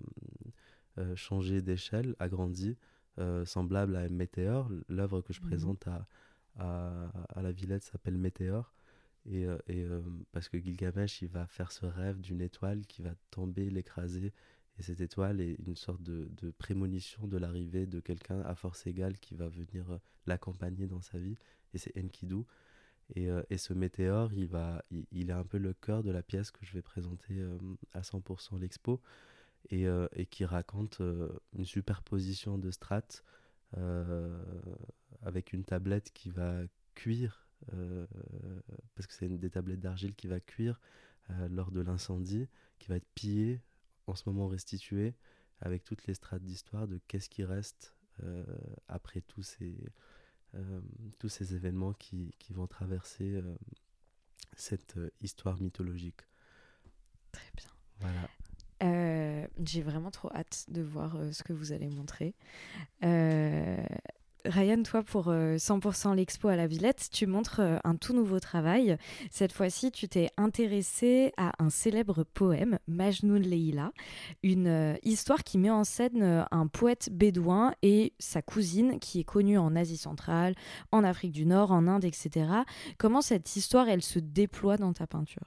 euh, changée d'échelle, agrandie, euh, semblable à Météore. L'œuvre que je mmh. présente à, à, à la Villette s'appelle Météore. Et, euh, et euh, parce que Gilgamesh, il va faire ce rêve d'une étoile qui va tomber, l'écraser. Et cette étoile est une sorte de, de prémonition de l'arrivée de quelqu'un à force égale qui va venir euh, l'accompagner dans sa vie. Et c'est Enkidu. Et, euh, et ce météore, il, va, il, il est un peu le cœur de la pièce que je vais présenter euh, à cent pour cent l'expo. Et, euh, et qui raconte euh, une superposition de strates euh, avec une tablette qui va cuire, euh, parce que c'est une des tablettes d'argile qui va cuire euh, lors de l'incendie, qui va être pillée, en ce moment restituée, avec toutes les strates d'histoire de qu'est-ce qui reste euh, après tous ces, euh, tous ces événements qui, qui vont traverser euh, cette euh, histoire mythologique. Très bien. Voilà. Euh, j'ai vraiment trop hâte de voir euh, ce que vous allez montrer. Euh, Ryan, toi, pour euh, cent pour cent l'expo à la Villette, tu montres euh, un tout nouveau travail. Cette fois-ci, tu t'es intéressé à un célèbre poème, Majnoun Leila, une euh, histoire qui met en scène euh, un poète bédouin et sa cousine qui est connue en Asie centrale, en Afrique du Nord, en Inde, et cetera. Comment cette histoire, elle se déploie dans ta peinture ?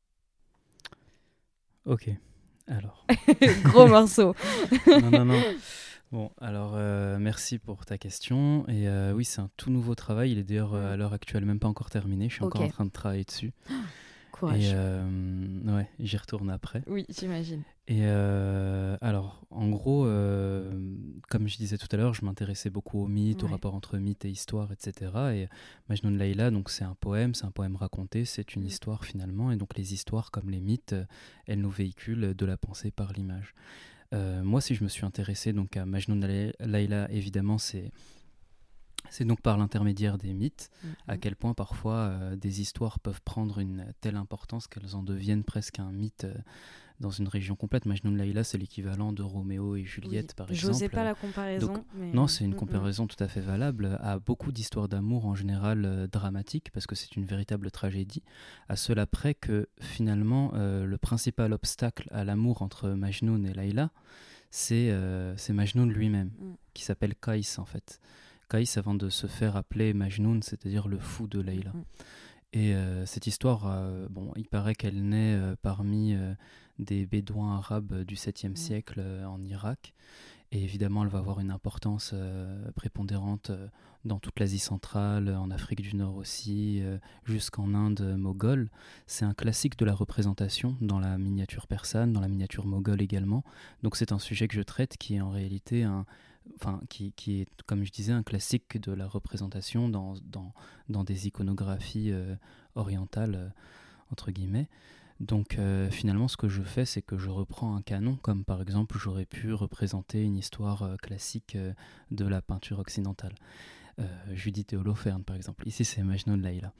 Ok. Alors. Gros morceau. non, non, non. Bon, alors euh, merci pour ta question. Et euh, oui, c'est un tout nouveau travail. Il est d'ailleurs euh, à l'heure actuelle même pas encore terminé. Je suis okay. encore en train de travailler dessus. Courage. Et euh, ouais, j'y retourne après. Oui, j'imagine. Et euh, alors, en gros, euh, comme je disais tout à l'heure, je m'intéressais beaucoup aux mythes, ouais. au rapport entre mythes et histoire, et cetera. Et Majnoun Leila, donc c'est un poème, c'est un poème raconté, c'est une mmh. histoire finalement. Et donc les histoires, comme les mythes, elles nous véhiculent de la pensée par l'image. Euh, moi, si je me suis intéressé donc à Majnoun Leila, évidemment, c'est C'est donc par l'intermédiaire des mythes, Mmh. à quel point parfois euh, des histoires peuvent prendre une telle importance qu'elles en deviennent presque un mythe euh, dans une région complète. Majnun Layla, c'est l'équivalent de Roméo et Juliette, Oui. par Je exemple. n'osais pas la comparaison. Donc, mais... Non, c'est une Mm, comparaison tout à fait valable à beaucoup d'histoires d'amour en général euh, dramatiques, parce que c'est une véritable tragédie, à cela près que finalement euh, le principal obstacle à l'amour entre Majnun et Layla, c'est euh, c'est Majnun lui-même, mm. qui s'appelle Kaïs en fait. Kaïs avant de se faire appeler Majnun, c'est-à-dire le fou de Layla. Mm. Et euh, cette histoire, euh, bon, il paraît qu'elle naît euh, parmi euh, des bédouins arabes du septième Mm. siècle euh, en Irak. Et évidemment, elle va avoir une importance euh, prépondérante euh, dans toute l'Asie centrale, en Afrique du Nord aussi, euh, jusqu'en Inde euh, moghole. C'est un classique de la représentation dans la miniature persane, dans la miniature moghole également. Donc c'est un sujet que je traite qui est en réalité un... Enfin, qui, qui est, comme je disais, un classique de la représentation dans, dans, dans des iconographies euh, orientales, euh, entre guillemets. Donc euh, finalement, ce que je fais, c'est que je reprends un canon, comme par exemple, j'aurais pu représenter une histoire euh, classique euh, de la peinture occidentale. Euh, Judith et Holoferne, par exemple. Ici, c'est Majnun Layla.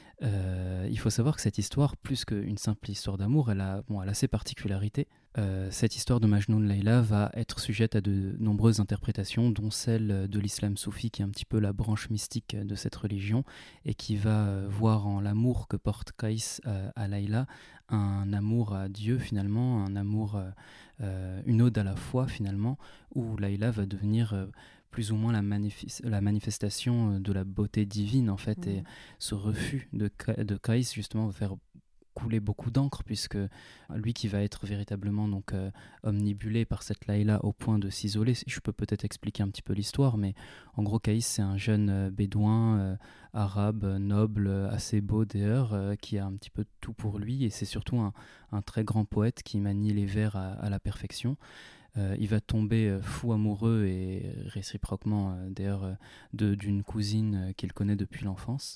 Euh, il faut savoir que cette histoire, plus qu'une simple histoire d'amour, elle a, bon, elle a ses particularités. Euh, cette histoire de Majnun Layla va être sujette à de nombreuses interprétations, dont celle de l'islam soufi, qui est un petit peu la branche mystique de cette religion, et qui va euh, voir en l'amour que porte Kaïs euh, à Layla un amour à Dieu finalement, un amour, euh, euh, une ode à la foi finalement, où Layla va devenir... Euh, plus ou moins la, manif- la manifestation de la beauté divine en fait, mmh. Et ce refus de, Ka- de Kaïs justement va faire couler beaucoup d'encre, puisque lui qui va être véritablement donc euh, omnibulé par cette Layla au point de s'isoler. Je peux peut-être expliquer un petit peu l'histoire, mais en gros Kaïs c'est un jeune euh, bédouin euh, arabe, noble, assez beau d'ailleurs, euh, qui a un petit peu tout pour lui, et c'est surtout un, un très grand poète qui manie les vers à, à la perfection. Euh, il va tomber euh, fou amoureux et réciproquement euh, d'ailleurs euh, de, d'une cousine euh, qu'il connaît depuis l'enfance.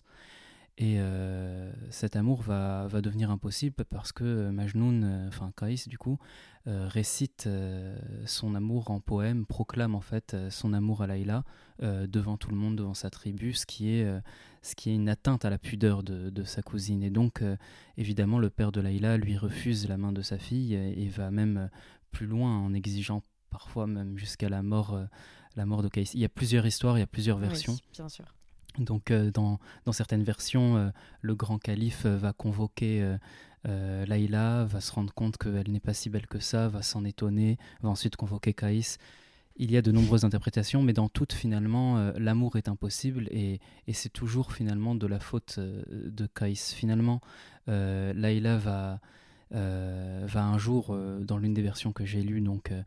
Et euh, cet amour va, va devenir impossible parce que euh, Majnun, enfin euh, Kaïs du coup, euh, récite euh, son amour en poème, proclame en fait euh, son amour à Layla euh, devant tout le monde, devant sa tribu, ce qui est, euh, ce qui est une atteinte à la pudeur de, de sa cousine. Et donc euh, évidemment le père de Layla lui refuse la main de sa fille et, et va même euh, plus loin en exigeant parfois même jusqu'à la mort, euh, la mort de Kaïs. Il y a plusieurs histoires, il y a plusieurs versions. Oui, bien sûr. Donc euh, dans, dans certaines versions, euh, le grand calife euh, va convoquer euh, euh, Layla, va se rendre compte qu'elle n'est pas si belle que ça, va s'en étonner, va ensuite convoquer Kaïs. Il y a de nombreuses interprétations, mais dans toutes, finalement, euh, l'amour est impossible et, et c'est toujours, finalement, de la faute euh, de Kaïs. Finalement, euh, Layla va... Euh, va un jour, euh, dans l'une des versions que j'ai lues, donc, euh,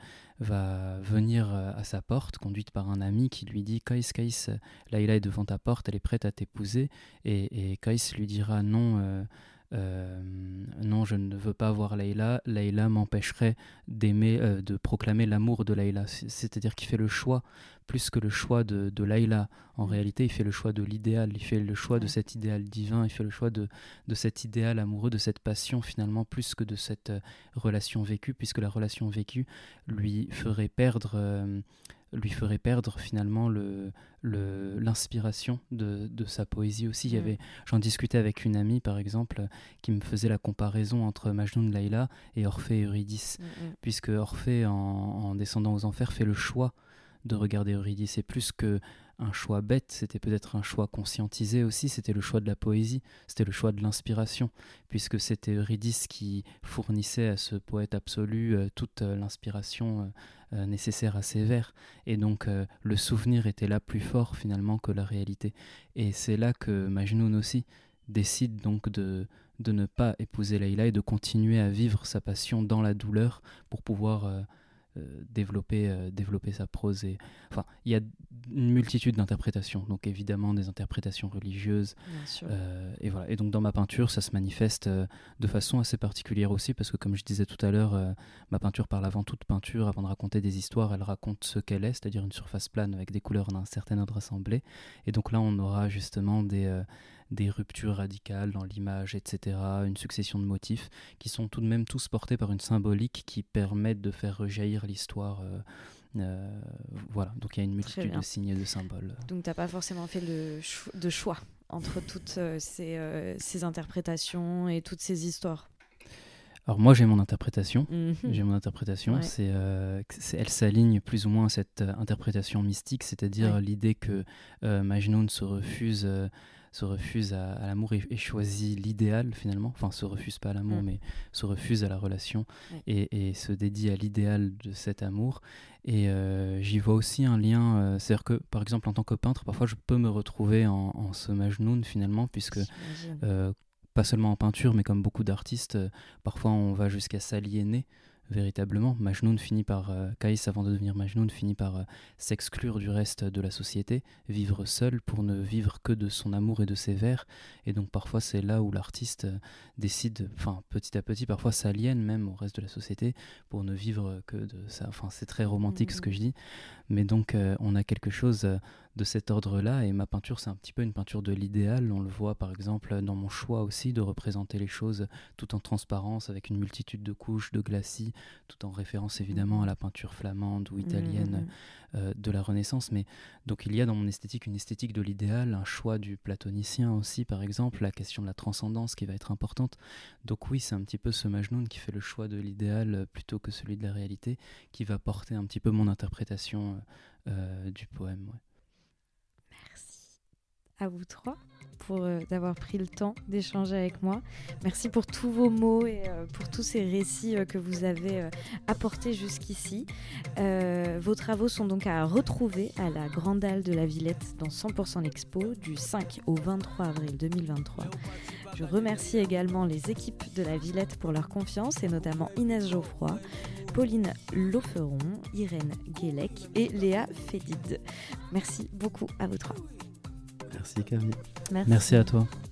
va venir euh, à sa porte, conduite par un ami qui lui dit « Kaïs, Kaïs, Layla est devant ta porte, elle est prête à t'épouser. » Et, et Kaïs lui dira « Non, euh, euh, non, je ne veux pas voir Layla. Layla m'empêcherait d'aimer, euh, de proclamer l'amour de Layla. » C'est-à-dire qu'il fait le choix, plus que le choix de, de Layla. En mmh. réalité, il fait le choix de l'idéal, il fait le choix ouais. de cet idéal divin, il fait le choix de, de cet idéal amoureux, de cette passion finalement, plus que de cette euh, relation vécue, puisque la relation vécue lui ferait perdre, euh, lui ferait perdre finalement le, le, l'inspiration de, de sa poésie aussi. Mmh. Il y avait, j'en discutais avec une amie par exemple, qui me faisait la comparaison entre Majnun Layla et Orphée et Eurydice, mmh. puisque Orphée, en, en descendant aux enfers, fait le choix de regarder Eurydice. Et plus que un choix bête, c'était peut-être un choix conscientisé aussi, c'était le choix de la poésie, c'était le choix de l'inspiration, puisque c'était Eurydice qui fournissait à ce poète absolu euh, toute euh, l'inspiration euh, nécessaire à ses vers. Et donc euh, le souvenir était là plus fort finalement que la réalité. Et c'est là que Majnun aussi décide donc de, de ne pas épouser Layla et de continuer à vivre sa passion dans la douleur pour pouvoir... Euh, Euh, développer, euh, développer sa prose. Et, enfin, il y a une multitude d'interprétations, donc évidemment des interprétations religieuses. Euh, et, voilà. Et donc dans ma peinture, ça se manifeste euh, de façon assez particulière aussi, parce que comme je disais tout à l'heure, euh, ma peinture parle avant toute peinture, avant de raconter des histoires, elle raconte ce qu'elle est, c'est-à-dire une surface plane avec des couleurs d'un certain ordre assemblé. Et donc là, on aura justement des... Euh, des ruptures radicales dans l'image, et cetera, une succession de motifs qui sont tout de même tous portés par une symbolique qui permettent de faire rejaillir l'histoire euh, Euh, voilà, donc il y a une multitude de signes et de symboles. Donc tu n'as pas forcément fait le cho- de choix entre toutes euh, ces, euh, ces interprétations et toutes ces histoires. Alors moi j'ai mon interprétation, Mmh. j'ai mon interprétation, Ouais. c'est, euh, c'est- elle s'aligne plus ou moins à cette euh, interprétation mystique, c'est-à-dire Ouais. l'idée que euh, Majnoun se refuse, euh, se refuse à, à l'amour et, et choisit l'idéal finalement, enfin se refuse pas à l'amour Mm. mais se refuse à la relation Ouais. et, et se dédie à l'idéal de cet amour. Et euh, j'y vois aussi un lien, euh, c'est-à-dire que par exemple en tant que peintre, parfois je peux me retrouver en, en ce Majnoun finalement, puisque J'imagine. euh, pas seulement en peinture, mais comme beaucoup d'artistes, euh, parfois on va jusqu'à s'aliéner véritablement. Majnoun finit par, euh, Caïs avant de devenir Majnoun, finit par euh, s'exclure du reste de la société, vivre seul pour ne vivre que de son amour et de ses vers. Et donc parfois c'est là où l'artiste euh, décide, enfin petit à petit, parfois s'aliène même au reste de la société pour ne vivre que de ça. Enfin c'est très romantique Mhm. ce que je dis, mais donc euh, on a quelque chose euh, de cet ordre-là, et ma peinture c'est un petit peu une peinture de l'idéal. On le voit par exemple dans mon choix aussi de représenter les choses tout en transparence avec une multitude de couches, de glacis, tout en référence évidemment Mhm. à la peinture flamande ou italienne Mhm. euh, de la Renaissance. Mais donc il y a dans mon esthétique une esthétique de l'idéal, un choix du platonicien aussi par exemple, la question de la transcendance qui va être importante. Donc oui, c'est un petit peu ce Majnoun qui fait le choix de l'idéal euh, plutôt que celui de la réalité, qui va porter un petit peu mon interprétation euh, euh, du poème. Ouais. Merci à vous trois pour euh, d'avoir pris le temps d'échanger avec moi. Merci pour tous vos mots et euh, pour tous ces récits euh, que vous avez euh, apportés jusqu'ici. Euh, vos travaux sont donc à retrouver à la Grande Halle de la Villette dans cent pour cent l'Expo du cinq au vingt-trois avril deux mille vingt-trois. Je remercie également les équipes de la Villette pour leur confiance, et notamment Inès Geoffroy, Pauline Lauferon, Irène Guélec et Léa Fédid. Merci beaucoup à vous trois. Merci Camille. Merci à toi.